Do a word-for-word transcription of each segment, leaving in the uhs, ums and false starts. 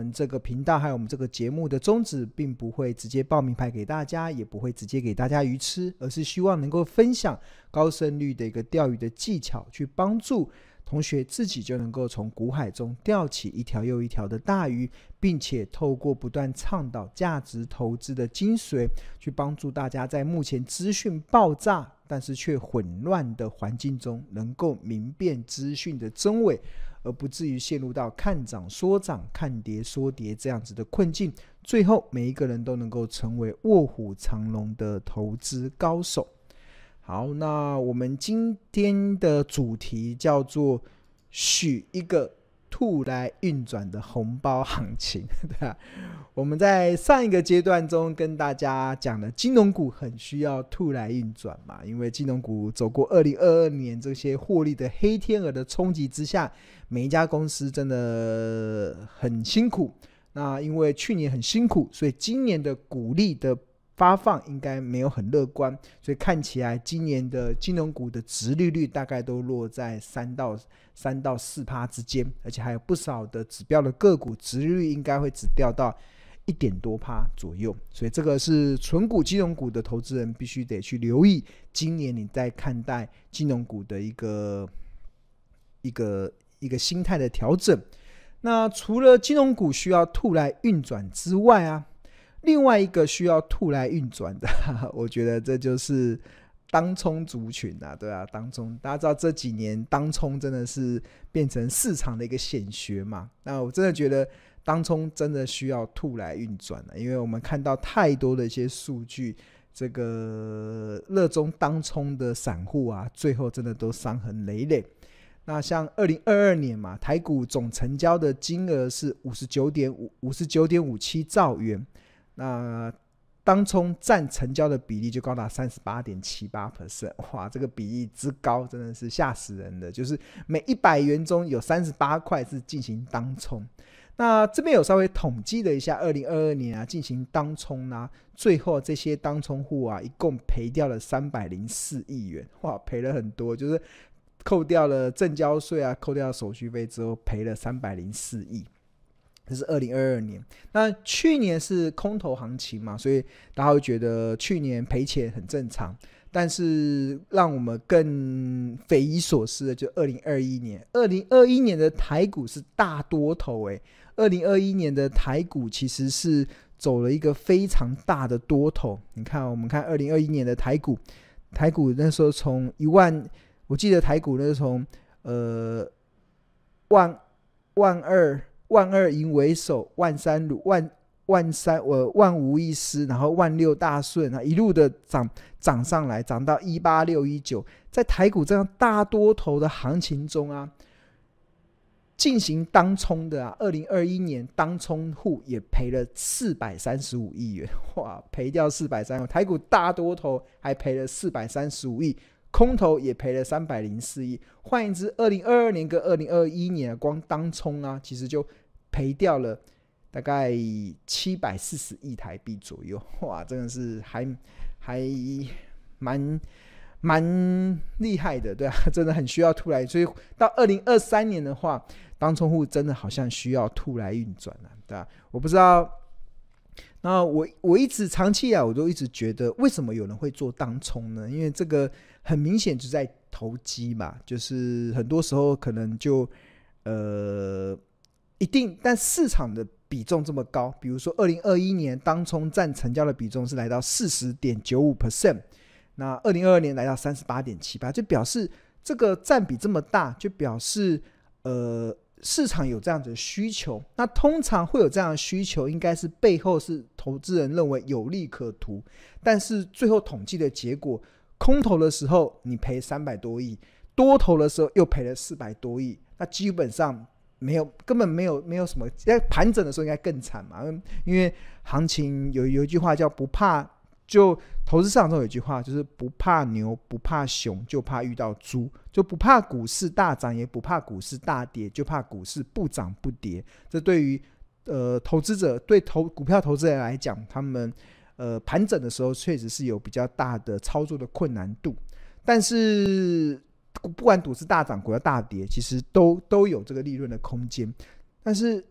们这个频道还有我们这个节目的宗旨并不会直接报名牌给大家，也不会直接给大家鱼吃，而是希望能够分享高胜率的一个钓鱼的技巧，去帮助同学自己就能够从股海中钓起一条又一条的大鱼，并且透过不断倡导价值投资的精髓，去帮助大家在目前资讯爆炸但是却混乱的环境中，能够明辨资讯的真伪，而不至于陷入到看涨说涨看跌说跌这样子的困境，最后每一个人都能够成为卧虎藏龙的投资高手。好，那我们今天的主题叫做许一个兔来运转的红包行情，对吧？我们在上一个阶段中跟大家讲了金融股很需要兔来运转嘛，因为金融股走过二零二二年这些获利的黑天鹅的冲击之下，每一家公司真的很辛苦，那因为去年很辛苦，所以今年的股利的发放应该没有很乐观，所以看起来今年的金融股的殖利率大概都落在三到三到四趴之间，而且还有不少的指标的个股殖利率应该会只掉到一点多趴左右，所以这个是纯股金融股的投资人必须得去留意，今年你在看待金融股的一个一个一个心态的调整。那除了金融股需要兔来运转之外啊，另外一个需要兔来运转的，我觉得这就是当冲族群啊，对啊，当冲大家知道这几年当冲真的是变成市场的一个显学嘛，那我真的觉得当冲真的需要兔来运转了，因为我们看到太多的一些数据，这个热衷当冲的散户啊，最后真的都伤痕累累。那像二零二二年嘛，台股总成交的金额是五十九点五七兆元，那当冲占成交的比例就高达 百分之三十八点七八， 哇，这个比例之高真的是吓死人的，就是每一百元中有三十八块是进行当冲。那这边有稍微统计了一下二零二二年啊进行当冲啊，最后这些当冲户啊一共赔掉了三百零四亿元，哇，赔了很多，就是扣掉了证交税啊，扣掉了手续费之后赔了三百零四亿，这是二零二二年。那去年是空头行情嘛，所以大家会觉得去年赔钱很正常，但是让我们更匪夷所思的就二零二一年二零二一年的台股是大多头耶，二零二一年的台股其实是走了一个非常大的多头。你看我们看二零二一年的台股，台股那时候从一万，我记得台股那时候从呃万万二万二银为首，万三万万三呃万无一失，然后万六大顺，一路的涨涨上来，涨到一八六一九，在台股这样大多头的行情中啊，进行当冲的啊，二零二一年当冲户也赔了四百三十五亿元，哇，赔掉四百三十五，台股大多头还赔了四百三十五亿，空头也赔了三百零四亿。换言之，二零二二年跟二零二一年光当冲啊，其实就赔掉了大概七百四十亿台币左右，哇，真的是还还蛮蛮厉害的，对啊，真的很需要兔来，所以到二零二三年的话，当冲户真的好像需要兔来运转了，对吧？我不知道，那我我一直长期以来我都一直觉得，为什么有人会做当冲呢？因为这个很明显就在投机嘛，就是很多时候可能就呃一定，但市场的比重这么高，比如说二零二一年当冲占成交的比重是来到 百分之四十点九五， 那二零二二年来到 百分之三十八点七八， 就表示这个占比这么大，就表示呃市场有这样的需求。那通常会有这样的需求，应该是背后是投资人认为有利可图，但是最后统计的结果，空头的时候你赔三百多亿，多头的时候又赔了四百多亿，那基本上没有，根本没有没有什么，在盘整的时候应该更惨嘛，因为行情有有一句话叫不怕，就投资市场中有一句话就是不怕牛不怕熊，就怕遇到猪，就不怕股市大涨，也不怕股市大跌，就怕股市不涨不跌。这对于呃投资者，对投股票投资人来讲，他们呃盘整的时候确实是有比较大的操作的困难度，但是不管股市大涨股票大跌，其实都都有这个利润的空间。但是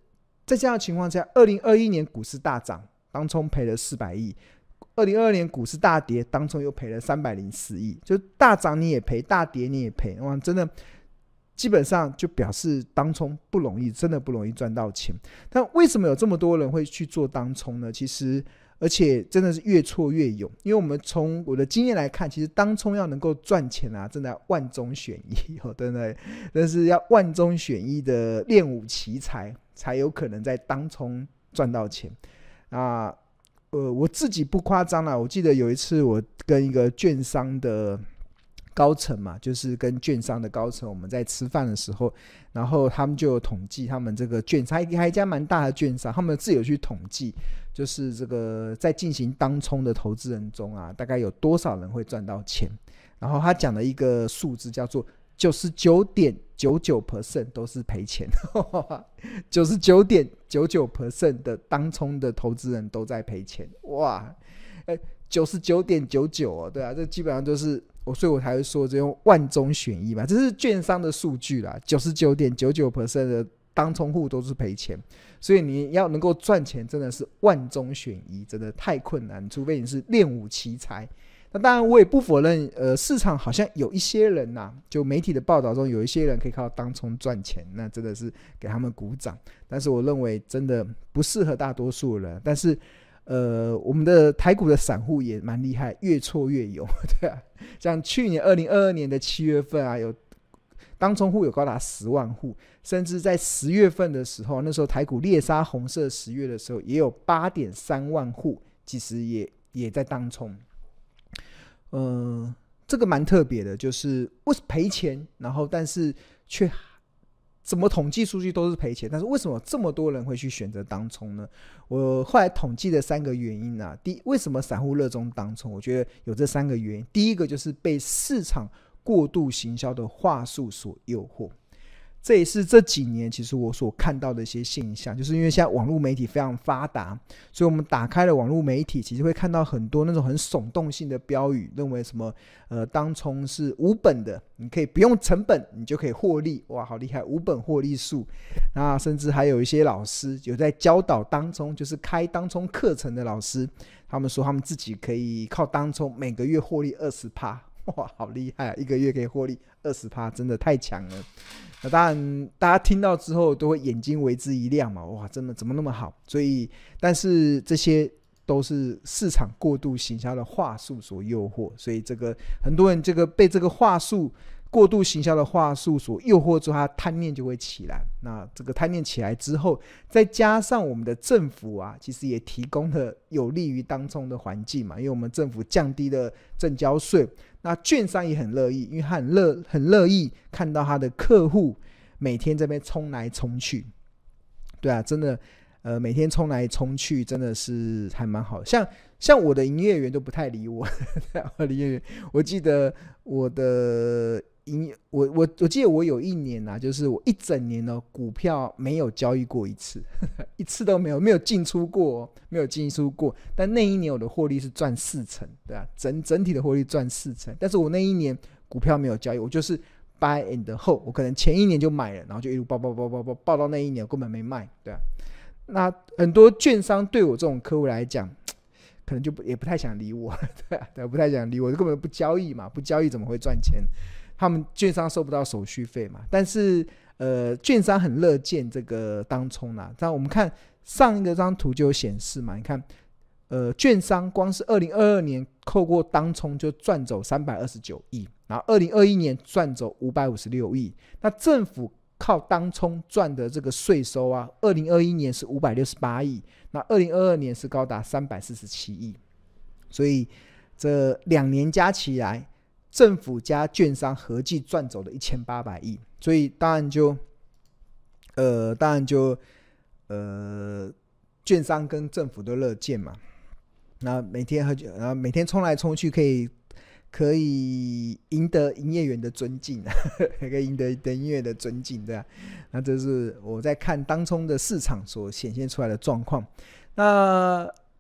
在这样的情况下，二零二一年股市大涨，当冲赔了四百亿；二零二二年股市大跌，当冲又赔了三百零四亿。就大涨你也赔，大跌你也赔，哇，真的基本上就表示当冲不容易，真的不容易赚到钱。但为什么有这么多人会去做当冲呢？其实而且真的是越挫越勇，因为我们从我的经验来看，其实当冲要能够赚钱啊，真的要万中选一哦，真的，但是要万中选一的练武奇才，才有可能在当冲赚到钱。那呃，我自己不夸张啦，我记得有一次我跟一个券商的高层嘛，就是跟券商的高层我们在吃饭的时候，然后他们就有统计他们这个券商，还一家蛮大的券商，他们自己有去统计，就是这个在进行当冲的投资人中啊，大概有多少人会赚到钱。然后他讲了一个数字叫做 百分之九十九点九九 都是赔钱九十九点九九 的当冲的投资人都在赔钱，哇，呃 百分之九十九点九九 哦，对啊，这基本上都是我，所以我才会说这用万中选一嘛，这是券商的数据啦， 百分之九十九点九九 的当冲户都是赔钱，所以你要能够赚钱真的是万中选一，真的太困难，除非你是练武奇才。那当然我也不否认，呃，市场好像有一些人呐、啊，就媒体的报道中有一些人可以靠当冲赚钱，那真的是给他们鼓掌。但是我认为真的不适合大多数人。但是，呃，我们的台股的散户也蛮厉害，越挫越勇，对啊。像去年二零二二年的七月份啊，有当冲户有高达十万户，甚至在十月份的时候，那时候台股猎杀红色十月的时候，也有 八点三万户，其实也也在当冲。呃，这个蛮特别的，就是为什么赔钱，然后但是却怎么统计数据都是赔钱，但是为什么这么多人会去选择当冲呢？我后来统计了三个原因啊。第一，为什么散户热衷当冲？我觉得有这三个原因。第一个就是被市场过度行销的话术所诱惑。这也是这几年其实我所看到的一些现象，就是因为现在网络媒体非常发达，所以我们打开了网络媒体，其实会看到很多那种很耸动性的标语，认为什么呃当冲是无本的，你可以不用成本你就可以获利，哇好厉害，无本获利术。那甚至还有一些老师有在教导当冲，就是开当冲课程的老师，他们说他们自己可以靠当冲每个月获利 百分之二十， 哇好厉害啊，一个月可以获利 百分之二十， 真的太强了。那当然大家听到之后都会眼睛为之一亮嘛，哇真的怎么那么好。所以但是这些都是市场过度行销的话术所诱惑，所以这个很多人这个被这个话术过度行销的话术所诱惑之后，他贪念就会起来。那这个贪念起来之后，再加上我们的政府啊，其实也提供了有利于当冲的环境嘛，因为我们政府降低了证交税，那券商也很乐意，因为他很乐很乐意看到他的客户每天这边冲来冲去，对啊，真的，呃，每天冲来冲去，真的是还蛮好。像像我的营业员都不太理我，我的营业员，我记得我的营我我我记得我有一年啊，就是我一整年呢股票没有交易过一次，一次都没有，没有进出过、哦，没有进出过。但那一年我的获利是赚四成，对啊，整整体的获利赚四成。但是我那一年股票没有交易，我就是 buy and hold， 我可能前一年就买了，然后就一路爆爆爆爆爆爆到那一年我根本没卖，对啊。那很多券商对我这种客户来讲，可能就不也不太想理我，对啊，对，不太想理我，根本不交易嘛，不交易怎么会赚钱？他们券商收不到手续费嘛，但是呃，券商很乐见这个当冲啦。但我们看上一个张图就有显示嘛，你看，呃，券商光是二零二二年透过当冲就赚走三百二十九亿，然后二零二一年赚走五百五十六亿，那政府靠当冲赚的这个税收啊，二零二一年是五百六十八亿，那二零二二年是高达三百四十七亿，所以这两年加起来，政府加券商合计赚走了一千八百亿，所以当然就，呃，当然就，呃，券商跟政府都乐见嘛，那每天喝酒，然后每天冲来冲去可以。可以赢得营业员的尊敬，可以赢得营业员的尊敬，对啊。那这是我在看当冲的市场所显现出来的状况。那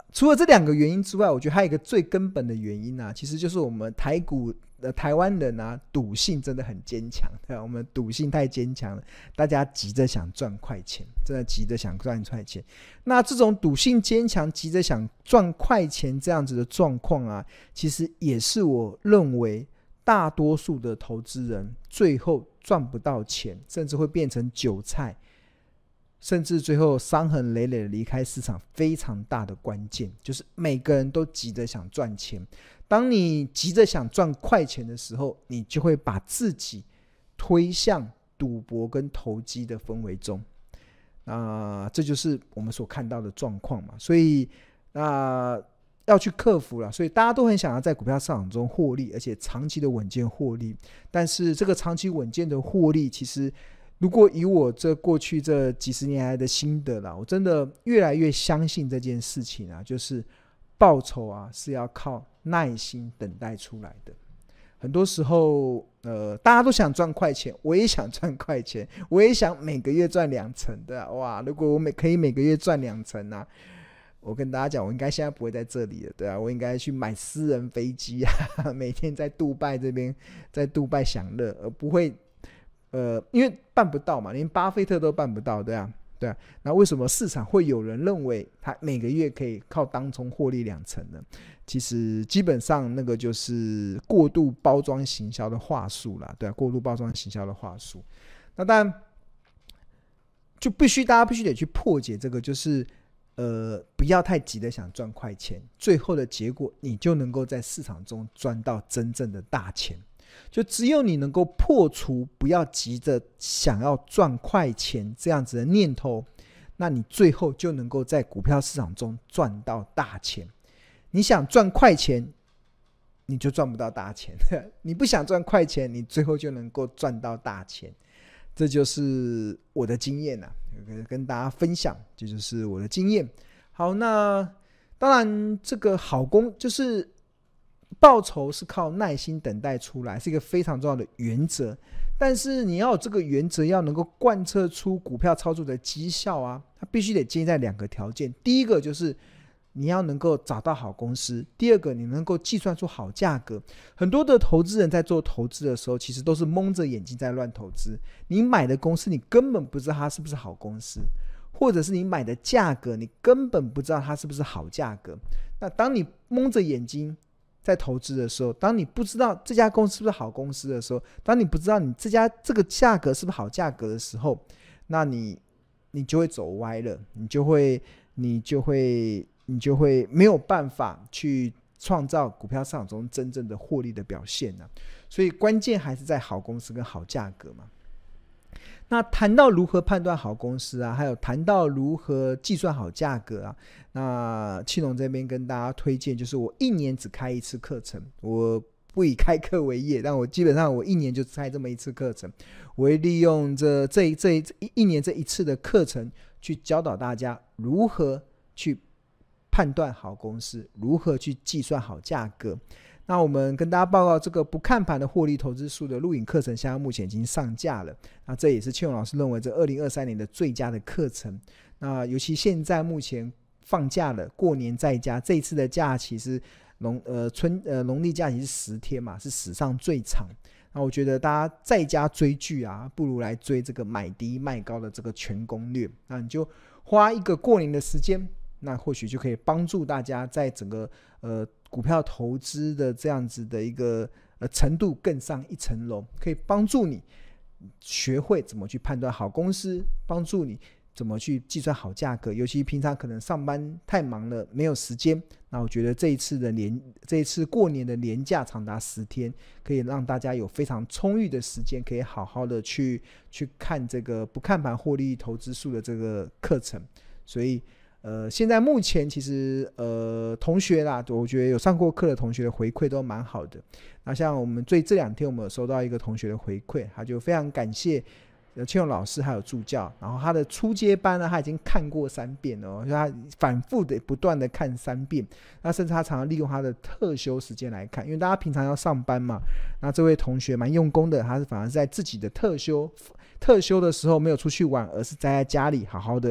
除了这两个原因之外，我觉得还有一个最根本的原因啊，其实就是我们台股的台湾人啊，赌性真的很坚强，对吧？我们赌性太坚强了，大家急着想赚快钱，真的急着想赚快钱。那这种赌性坚强、急着想赚快钱这样子的状况啊，其实也是我认为大多数的投资人最后赚不到钱，甚至会变成韭菜，甚至最后伤痕累累的离开市场非常大的关键，就是每个人都急着想赚钱。当你急着想赚快钱的时候，你就会把自己推向赌博跟投机的氛围中，那这就是我们所看到的状况嘛。所以那要去克服了，所以大家都很想要在股票市场中获利，而且长期的稳健获利。但是这个长期稳健的获利，其实如果以我这过去这几十年来的心得啦，我真的越来越相信这件事情啊，就是报酬啊是要靠耐心等待出来的。很多时候呃，大家都想赚快钱，我也想赚快钱，我也想每个月赚两成的、啊、哇，如果我每可以每个月赚两成啊，我跟大家讲，我应该现在不会在这里了，对啊，我应该去买私人飞机啊，每天在杜拜这边，在杜拜享乐，而不会，呃，因为办不到嘛，连巴菲特都办不到，对啊，对啊。那为什么市场会有人认为他每个月可以靠当冲获利两成呢？其实基本上那个就是过度包装行销的话术啦，对啊，过度包装行销的话术。那当然就必须大家必须得去破解这个，就是。呃，不要太急的想赚快钱，最后的结果你就能够在市场中赚到真正的大钱。就只有你能够破除不要急着想要赚快钱这样子的念头，那你最后就能够在股票市场中赚到大钱。你想赚快钱，你就赚不到大钱；你不想赚快钱，你最后就能够赚到大钱。这就是我的经验啊，跟大家分享，这就是我的经验。好，那当然这个好公就是报酬是靠耐心等待出来，是一个非常重要的原则。但是你要有这个原则，要能够贯彻出股票操作的绩效啊，它必须得建立在两个条件。第一个就是你要能够找到好公司，第二个你能够计算出好价格。很多的投资人在做投资的时候，其实都是蒙着眼睛在乱投资。你买的公司你根本不知道它是不是好公司，或者是你买的价格你根本不知道它是不是好价格。那当你蒙着眼睛在投资的时候，当你不知道这家公司是不是好公司的时候，当你不知道你这家这个价格是不是好价格的时候，那你你就会走歪了，你就会你就会你就会没有办法去创造股票市场中真正的获利的表现、啊、所以关键还是在好公司跟好价格嘛。那谈到如何判断好公司啊，还有谈到如何计算好价格啊，那庆隆这边跟大家推荐，就是我一年只开一次课程，我不以开课为业，但我基本上我一年就开这么一次课程，我会利用这这这一年这一次的课程去教导大家如何去判断好公司，如何去计算好价格。那我们跟大家报告，这个不看盘的获利投资术的录影课程现在目前已经上架了，那这也是庆荣老师认为这二零二三年的最佳的课程。那尤其现在目前放假了，过年在家，这一次的假期是农呃春呃农历假期是十天嘛，是史上最长。那我觉得大家在家追剧啊，不如来追这个买低卖高的这个全攻略。那你就花一个过年的时间，那或许就可以帮助大家在整个呃股票投资的这样子的一个呃程度更上一层楼，可以帮助你学会怎么去判断好公司，帮助你怎么去计算好价格。尤其平常可能上班太忙了没有时间，那我觉得这一次的年这一次过年的年假长达十天，可以让大家有非常充裕的时间，可以好好的去去看这个不看盘获利投资术的这个课程。所以呃，现在目前其实呃同学啦，我觉得有上过课的同学的回馈都蛮好的。那像我们最这两天我们有收到一个同学的回馈，他就非常感谢庆荣老师还有助教，然后他的初阶班呢他已经看过三遍了，他反复的不断的看三遍，那甚至他常常利用他的特休时间来看，因为大家平常要上班嘛。那这位同学蛮用功的，他是反而是在自己的特休特休的时候没有出去玩，而是待在家里好好的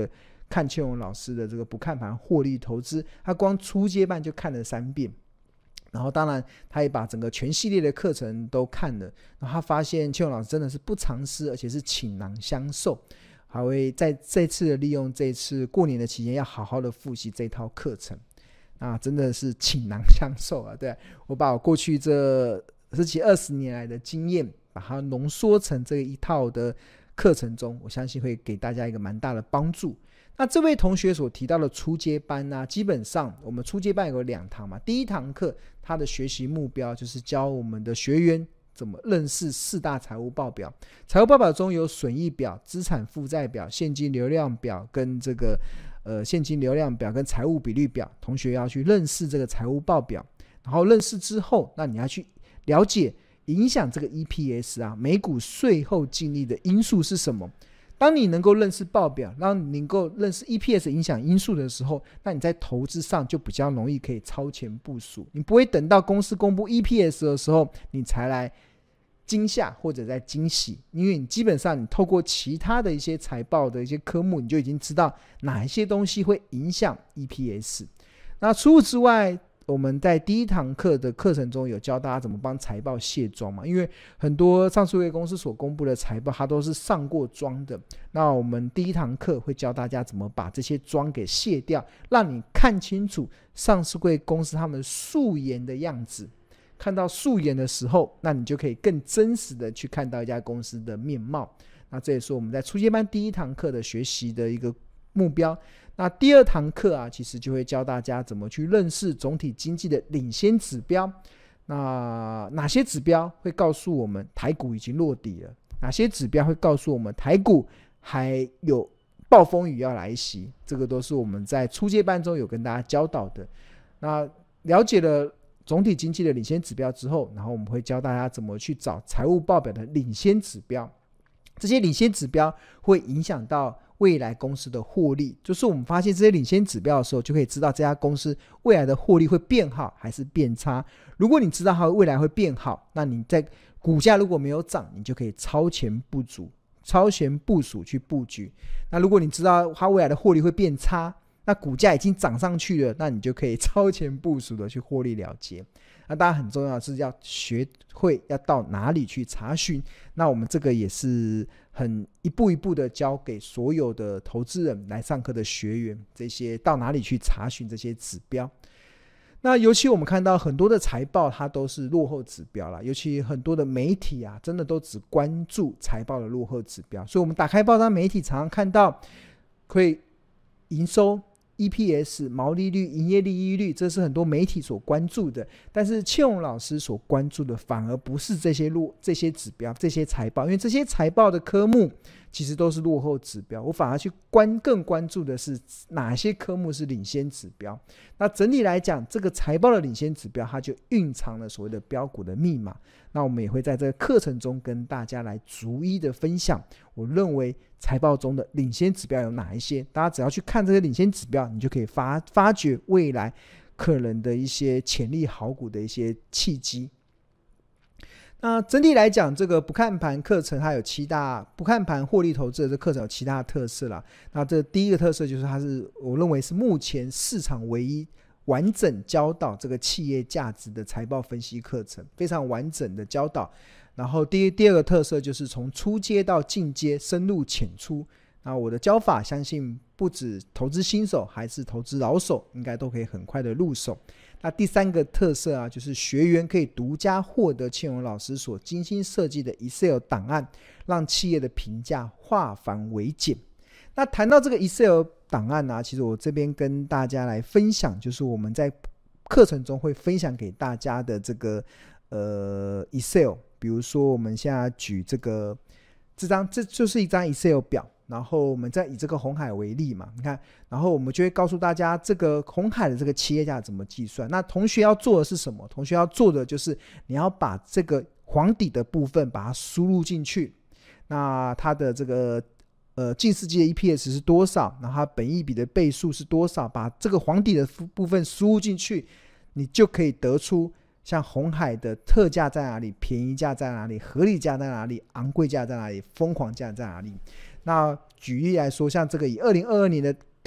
看庆荣老师的这个不看盘获利投资，他光初阶班就看了三遍，然后当然他也把整个全系列的课程都看了，然后他发现庆荣老师真的是不藏私，而且是倾囊相授，还会在这次的利用这次过年的期间要好好的复习这套课程，那真的是倾囊相授啊！对，我把我过去这十几二十年来的经验把它浓缩成这一套的课程中，我相信会给大家一个蛮大的帮助。那这位同学所提到的初阶班啊，基本上我们初阶班有两堂嘛，第一堂课他的学习目标就是教我们的学员怎么认识四大财务报表。财务报表中有损益表、资产负债表、现金流量表跟这个呃现金流量表跟财务比率表，同学要去认识这个财务报表，然后认识之后，那你要去了解影响这个 E P S 啊每股税后净利的因素是什么。当你能够认识报表，让你能够认识 E P S 影响因素的时候，那你在投资上就比较容易可以超前部署，你不会等到公司公布 E P S 的时候你才来惊吓或者在惊喜，因为你基本上你透过其他的一些财报的一些科目，你就已经知道哪一些东西会影响 E P S。 那除此之外，我们在第一堂课的课程中有教大家怎么帮财报卸妆嘛，因为很多上市公司所公布的财报它都是上过妆的，那我们第一堂课会教大家怎么把这些妆给卸掉，让你看清楚上市公司他们素颜的样子，看到素颜的时候，那你就可以更真实的去看到一家公司的面貌。那这也是我们在初阶班第一堂课的学习的一个目标。那第二堂课啊，其实就会教大家怎么去认识总体经济的领先指标。那哪些指标会告诉我们台股已经落底了？哪些指标会告诉我们台股还有暴风雨要来袭？这个都是我们在初阶班中有跟大家教导的。那了解了总体经济的领先指标之后，然后我们会教大家怎么去找财务报表的领先指标。这些领先指标会影响到未来公司的获利，就是我们发现这些领先指标的时候，就可以知道这家公司未来的获利会变好还是变差。如果你知道它未来会变好，那你在股价如果没有涨，你就可以超前部署超前部署去布局。那如果你知道它未来的获利会变差，那股价已经涨上去了，那你就可以超前部署的去获利了结。那当然很重要的是要学会要到哪里去查询，那我们这个也是很一步一步的教给所有的投资人来上课的学员，这些到哪里去查询这些指标。那尤其我们看到很多的财报它都是落后指标啦，尤其很多的媒体啊真的都只关注财报的落后指标，所以我们打开报章媒体常常看到会营收E P S、毛利率、营业利益率，这是很多媒体所关注的，但是庆荣老师所关注的反而不是这些落这些指标、这些财报，因为这些财报的科目其实都是落后指标，我反而去关更关注的是哪些科目是领先指标。那整体来讲，这个财报的领先指标它就蕴藏了所谓的标股的密码，那我们也会在这个课程中跟大家来逐一的分享我认为财报中的领先指标有哪一些，大家只要去看这个领先指标，你就可以 发, 发掘未来可能的一些潜力好股的一些契机。那整体来讲，这个不看盘课程它有七大，不看盘获利投资的这课程有七大特色啦。那这第一个特色就是它是我认为是目前市场唯一完整教导这个企业价值的财报分析课程，非常完整的教导。然后 第, 第二个特色就是从初阶到进阶，深入浅出。那我的教法相信不止投资新手还是投资老手应该都可以很快的入手。那第三个特色啊，就是学员可以独家获得庆荣老师所精心设计的 Excel 档案，让企业的评价化繁为简。那谈到这个 Excel 档案啊，其实我这边跟大家来分享，就是我们在课程中会分享给大家的这个呃 Excel。比如说我们现在举这个这张，这就是一张 Excel 表，然后我们再以这个鸿海为例嘛，你看，然后我们就会告诉大家这个鸿海的这个企业价怎么计算。那同学要做的是什么？同学要做的就是你要把这个黄底的部分把它输入进去，那它的这个呃近世纪的 E P S 是多少，然后它本益比的倍数是多少，把这个黄底的部分输入进去，你就可以得出像鸿海的特价在哪里，便宜价在哪里，合理价在哪里，昂贵价在哪里，疯狂价在哪里。那举例来说，像这个以二零二二年的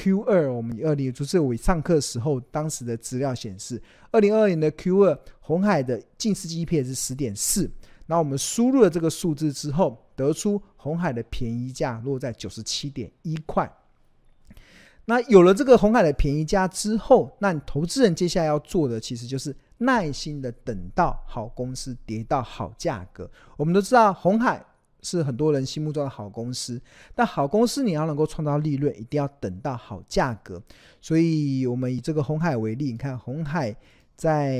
Q 二， 我们二零就是我上课时候当时的资料显示，二零二二年的 Q 二 鸿海的净世纪 E P S 是 十点四， 那我们输入了这个数字之后，得出鸿海的便宜价落在 九十七点一块。那有了这个鸿海的便宜价之后，那投资人接下来要做的其实就是耐心的等到好公司跌到好价格。我们都知道鸿海是很多人心目中的好公司，但好公司你要能够创造利润，一定要等到好价格。所以我们以这个鸿海为例，你看鸿海在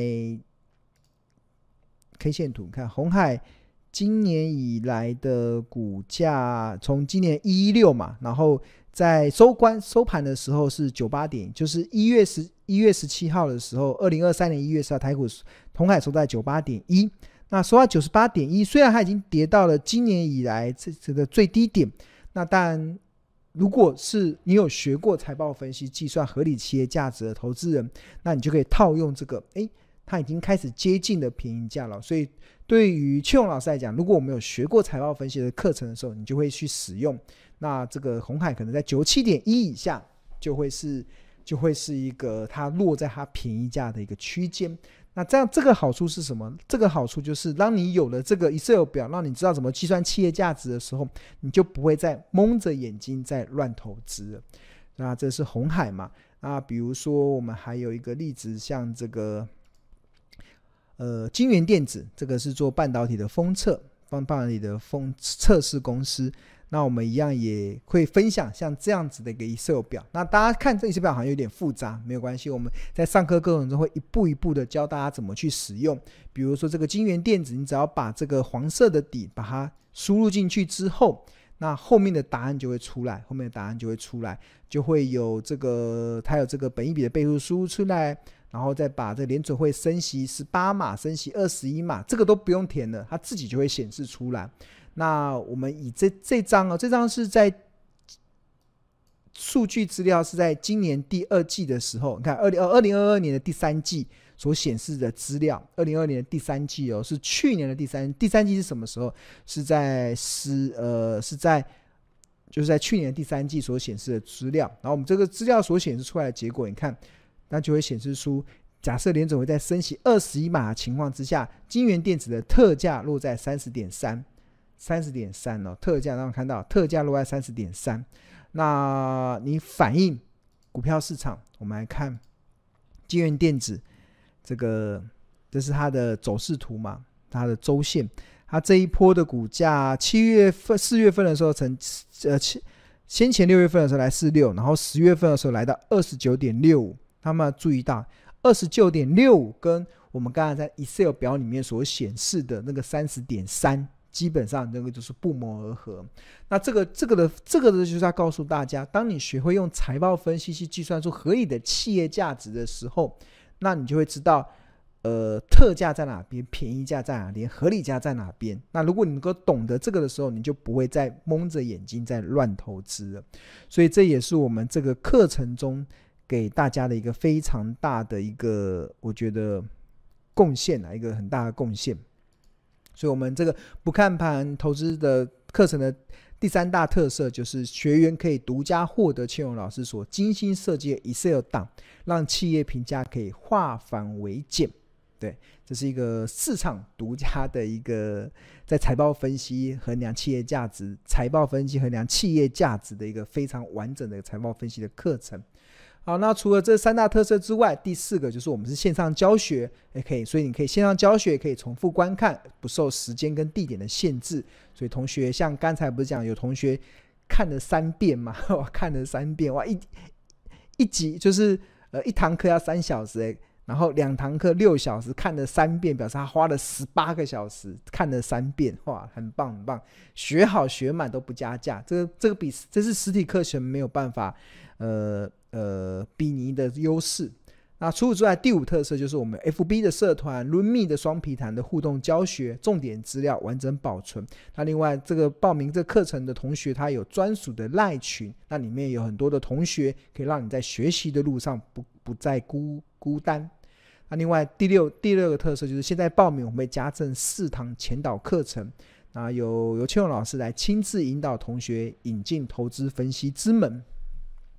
K 线图，你看鸿海今年以来的股价，从今年一一六嘛，然后在收官收盘的时候是九十八点，就是一月十七号的时候，二零二三年一月十号台股鸿海收在 九十八点一， 那收在 九十八点一， 虽然它已经跌到了今年以来这个最低点，那但如果是你有学过财报分析计算合理企业价值的投资人，那你就可以套用这个，诶它已经开始接近的便宜价了。所以对于庆荣老师来讲，如果我们有学过财报分析的课程的时候，你就会去使用，那这个鸿海可能在 九十七点一 以下就会是就会是一个它落在它便宜价的一个区间。那这样这个好处是什么？这个好处就是当你有了这个 Excel 表，让你知道怎么计算企业价值的时候，你就不会再蒙着眼睛在乱投资了。那这是鸿海嘛。那比如说我们还有一个例子，像这个呃金源电子，这个是做半导体的封测半导体的封测试公司。那我们一样也会分享像这样子的一个 Excel 表。那大家看这 Excel 表好像有点复杂，没有关系，我们在上课过程中会一步一步的教大家怎么去使用。比如说这个金源电子，你只要把这个黄色的底把它输入进去之后，那后面的答案就会出来，后面的答案就会出来，就会有这个它有这个本益比的倍数输入出来，然后再把这联准会升息十八码升息二十一码，这个都不用填了，它自己就会显示出来。那我们以这这张哦，这张是在数据资料是在今年第二季的时候，你看二零二二年的第三季所显示的资料，二零二二年的第三季哦，是去年的第三第三季是什么时候？是在十呃是在就是在去年的第三季所显示的资料。然后我们这个资料所显示出来的结果，你看，那就会显示出，假设联准会在升息二十一码的情况之下，金源电子的特价落在 三十点三。三十点三 哦，特价让我看到特价落在 三十点三。 那你反映股票市场，我们来看金源电子，这个这是它的走势图嘛，它的周线，它这一波的股价七月份四月份的时候曾呃先前六月份的时候来四十六，然后十月份的时候来到 二十九点六五。他们要注意到 二十九点六五 跟我们刚才在 Excel 表里面所显示的那个 三十点三，基本上那个就是不谋而合。那这个这个的这个的就是要告诉大家，当你学会用财报分析去计算出合理的企业价值的时候，那你就会知道呃特价在哪边，便宜价在哪边，合理价在哪边。那如果你能够懂得这个的时候，你就不会再蒙着眼睛在乱投资了。所以这也是我们这个课程中给大家的一个非常大的一个我觉得贡献啊，一个很大的贡献。所以我们这个不看盘投资的课程的第三大特色，就是学员可以独家获得庆荣老师所精心设计的 Excel 档，让企业评价可以化繁为简。对，这是一个市场独家的一个在财报分析衡量企业价值，财报分析衡量企业价值的一个非常完整的财报分析的课程。好，那除了这三大特色之外，第四个就是我们是线上教学，也可以，所以你可以线上教学，可以重复观看，不受时间跟地点的限制。所以同学像刚才不是讲有同学看了三遍嘛，哇，看了三遍，哇，一一集就是呃一堂课要三小时哎，然后两堂课六小时，看了三遍，表示他花了十八个小时看了三遍，哇，很棒很棒，学好学满都不加价，这个这个比这是实体课程没有办法呃。呃，比拟的优势。那除此之外，第五特色就是我们 F B 的社团、Learn Me 的双皮谈的互动教学，重点资料完整保存。那另外，这个报名这课程的同学，他有专属的赖群，那里面有很多的同学，可以让你在学习的路上不不再孤孤单。那另外第六第六个特色就是现在报名，我们会加赠四堂前导课程。那由由庆荣老师来亲自引导同学引进投资分析之门。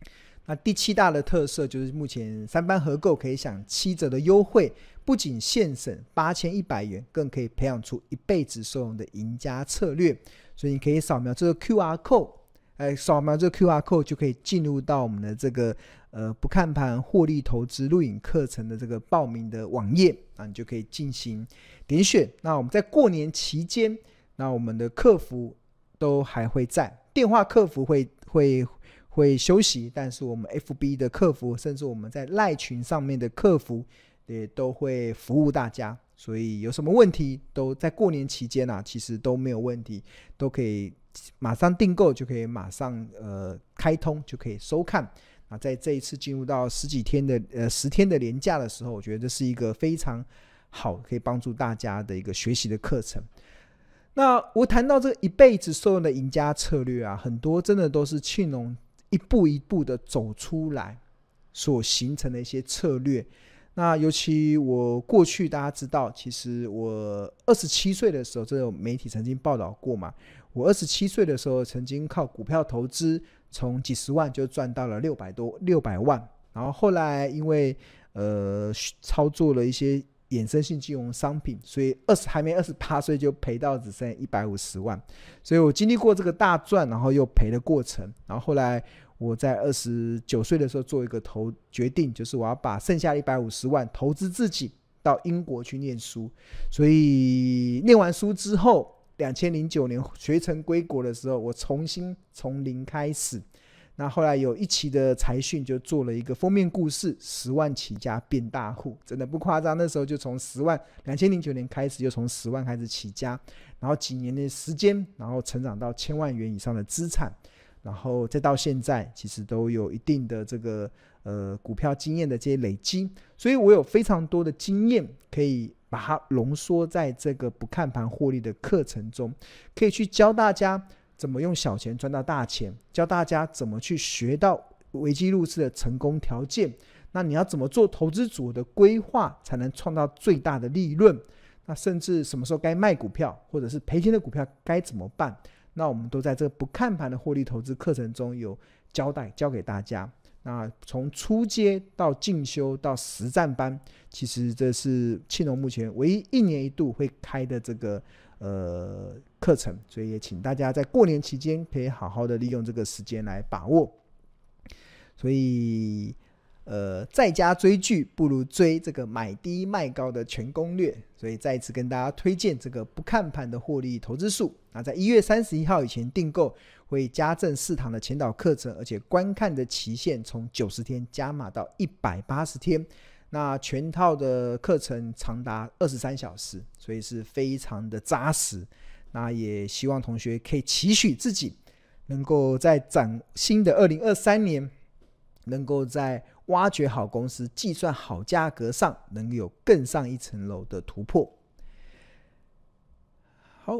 那第七大的特色就是目前三班合购可以享七折的优惠，不仅现省八千一百元，更可以培养出一辈子受用的赢家策略。所以你可以扫描这个 Q R code， 哎，扫描这个 Q R code 就可以进入到我们的这个呃不看盘获利投资录影课程的这个报名的网页，那你就可以进行点选。那我们在过年期间，那我们的客服都还会在，电话客服会会会休息，但是我们 F B 的客服，甚至我们在 LINE 群上面的客服也都会服务大家，所以有什么问题都在过年期间啊，其实都没有问题，都可以马上订购，就可以马上呃开通，就可以收看。那在这一次进入到十几天的呃十天的连假的时候，我觉得这是一个非常好可以帮助大家的一个学习的课程。那我谈到这个一辈子受用的赢家策略啊，很多真的都是庆农一步一步的走出来所形成的一些策略。那尤其我过去大家知道，其实我二十七岁的时候，这有媒体曾经报道过嘛，我二十七岁的时候曾经靠股票投资从几十万就赚到了六百多六百万，然后后来因为呃操作了一些衍生性金融商品，所以二十还没二十八岁就赔到只剩一百五十万，所以我经历过这个大赚然后又赔的过程，然后后来我在二十九岁的时候做一个投决定，就是我要把剩下一百五十万投资自己到英国去念书，所以念完书之后二零零九年学成归国的时候，我重新从零开始。那后来有一期的财讯就做了一个封面故事，十万起家变大户，真的不夸张，那时候就从十万二零零九年开始就从十万开始起家，然后几年的时间，然后成长到千万元以上的资产，然后再到现在其实都有一定的这个呃股票经验的这些累积，所以我有非常多的经验可以把它浓缩在这个不看盘获利的课程中，可以去教大家怎么用小钱赚到大钱，教大家怎么去学到危机入市的成功条件，那你要怎么做投资组合的规划才能创造最大的利润，那甚至什么时候该卖股票，或者是赔钱的股票该怎么办，那我们都在这个不看盘的获利投资课程中有交代教给大家。那从初阶到进修到实战班，其实这是庆农目前唯一一年一度会开的这个呃课程，所以也请大家在过年期间可以好好的利用这个时间来把握。所以呃，在家追剧不如追这个买低卖高的全攻略，所以再一次跟大家推荐这个不看盘的获利投资术。那在一月三十一号以前订购会加赠四堂的前导课程，而且观看的期限从九十天加码到一百八十天，那全套的课程长达二十三小时，所以是非常的扎实。那也希望同学可以期许自己能够在崭新的二零二三年能够在挖掘好公司计算好价格上能有更上一层楼的突破。好，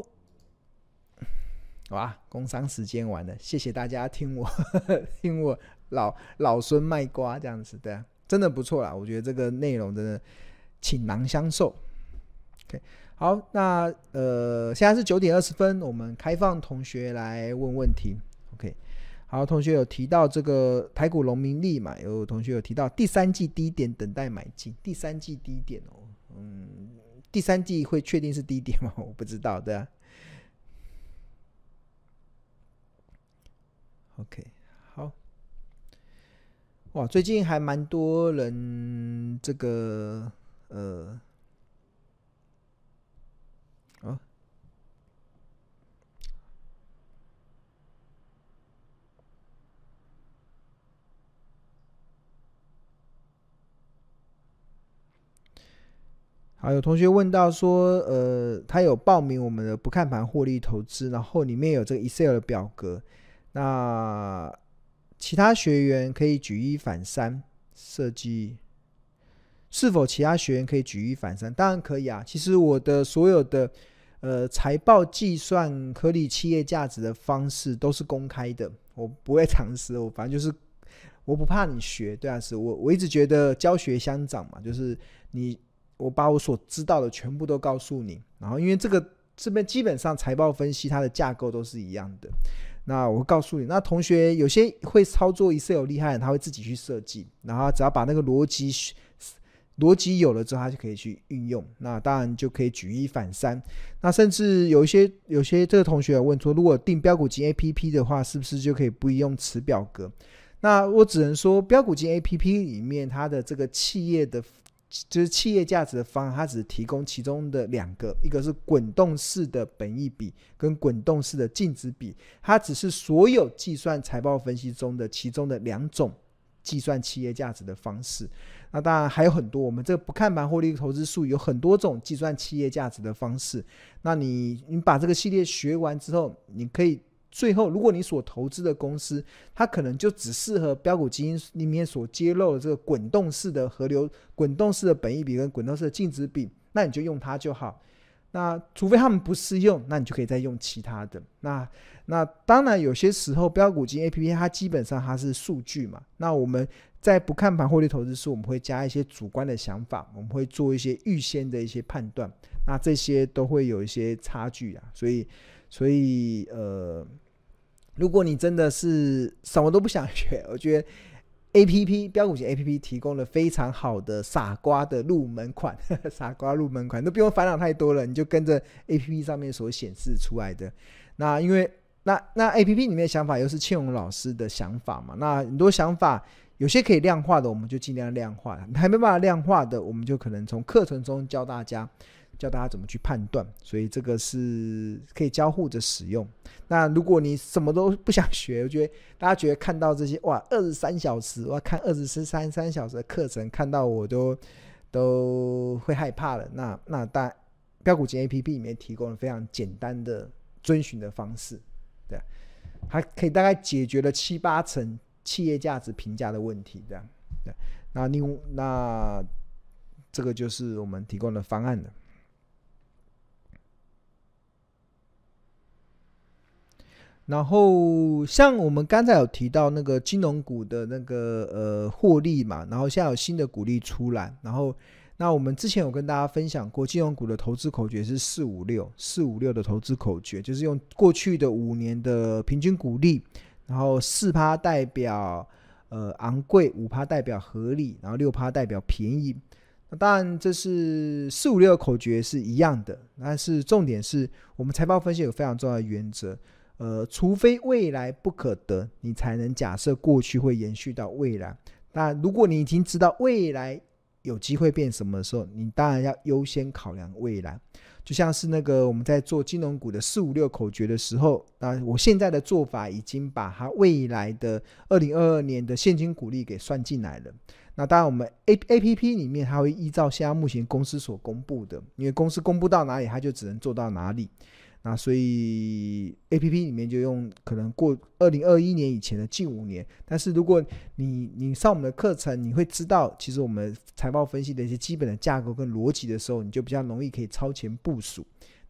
哇，工商时间完了，谢谢大家听我听我老老孙卖瓜这样子，对啊，真的不错啦，我觉得这个内容真的倾囊相授。OK， 好，那呃现在是九点二十分，我们开放同学来问问题。OK， 好，同学有提到这个台股农民历嘛，有同学有提到第三季低点等待买进，第三季低点哦，嗯，第三季会确定是低点吗？我不知道，对啊。OK， 好，哇，最近还蛮多人这个呃，哦，好，有同学问到说，呃，他有报名我们的不看盘获利投资，然后里面有这个 Excel 的表格，那其他学员可以举一反三设计，是否其他学员可以举一反三？当然可以啊。其实我的所有的呃财报计算合理企业价值的方式都是公开的，我不会尝试，我反正就是我不怕你学，对啊，是我我一直觉得教学相长嘛，就是你我把我所知道的全部都告诉你，然后因为这个这边基本上财报分析它的架构都是一样的。 那我会告诉你，那同学有些会操作 Excel 厉害的，他会自己去设计，然后只要把那个逻辑逻辑有了之后，他就可以去运用，那当然就可以举一反三。那甚至有一些有些这个同学有问说，如果定标股金 A P P 的话，是不是就可以不用此表格？那我只能说，标股金 A P P 里面它的这个企业的就是企业价值的方案，它只提供其中的两个，一个是滚动式的本益比跟滚动式的净值比，它只是所有计算财报分析中的其中的两种计算企业价值的方式。那当然还有很多，我们这个不看盘获利投资术有很多种计算企业价值的方式。那你你把这个系列学完之后，你可以最后如果你所投资的公司它可能就只适合标股基金里面所揭露的这个滚动式的河流滚动式的本益比跟滚动式的净值比，那你就用它就好。那除非他们不适用，那你就可以再用其他的。那那当然有些时候标股基金 A P P 它基本上它是数据嘛，那我们在不看盘获利投资时，我们会加一些主观的想法，我们会做一些预先的一些判断，那这些都会有一些差距啊。所以所以呃，如果你真的是什么都不想学，我觉得 A P P 标股型 A P P 提供了非常好的傻瓜的入门款傻瓜入门款都不用烦恼太多了，你就跟着 A P P 上面所显示出来的。那因为那那 A P P 里面的想法又是庆荣老师的想法嘛，那很多想法有些可以量化的我们就尽量量化，还没办法量化的我们就可能从课程中教大家教大家怎么去判断，所以这个是可以交互着使用。那如果你什么都不想学，我觉得大家觉得看到这些哇二十三小时我要看二十三小时的课程，看到我都都会害怕了，那那当然标股金 A P P 里面提供了非常简单的遵循的方式，对，它可以大概解决了七八成企业价值评价的问题，这样，对，那另那这个就是我们提供的方案了。然后像我们刚才有提到那个金融股的那个呃获利嘛，然后现在有新的股利出来，然后那我们之前有跟大家分享过，金融股的投资口诀是四五六四五六的投资口诀，就是用过去的五年的平均股利，然后 百分之四 代表呃昂贵， 百分之五 代表合理，然后 百分之六 代表便宜。那当然这是四五六的口诀是一样的，但是重点是我们财报分析有非常重要的原则，呃，除非未来不可得，你才能假设过去会延续到未来。那如果你已经知道未来有机会变什么的时候，你当然要优先考量未来。就像是那个我们在做金融股的四五六口诀的时候，那我现在的做法已经把它未来的二零二二年的现金股利给算进来了。那当然我们 A P P 里面它会依照现在目前公司所公布的，因为公司公布到哪里它就只能做到哪里，那所以 A P P 里面就用可能过二零二一年以前的近五年。但是如果你你上我们的课程，你会知道其实我们财报分析的一些基本的架构跟逻辑的时候，你就比较容易可以超前部署。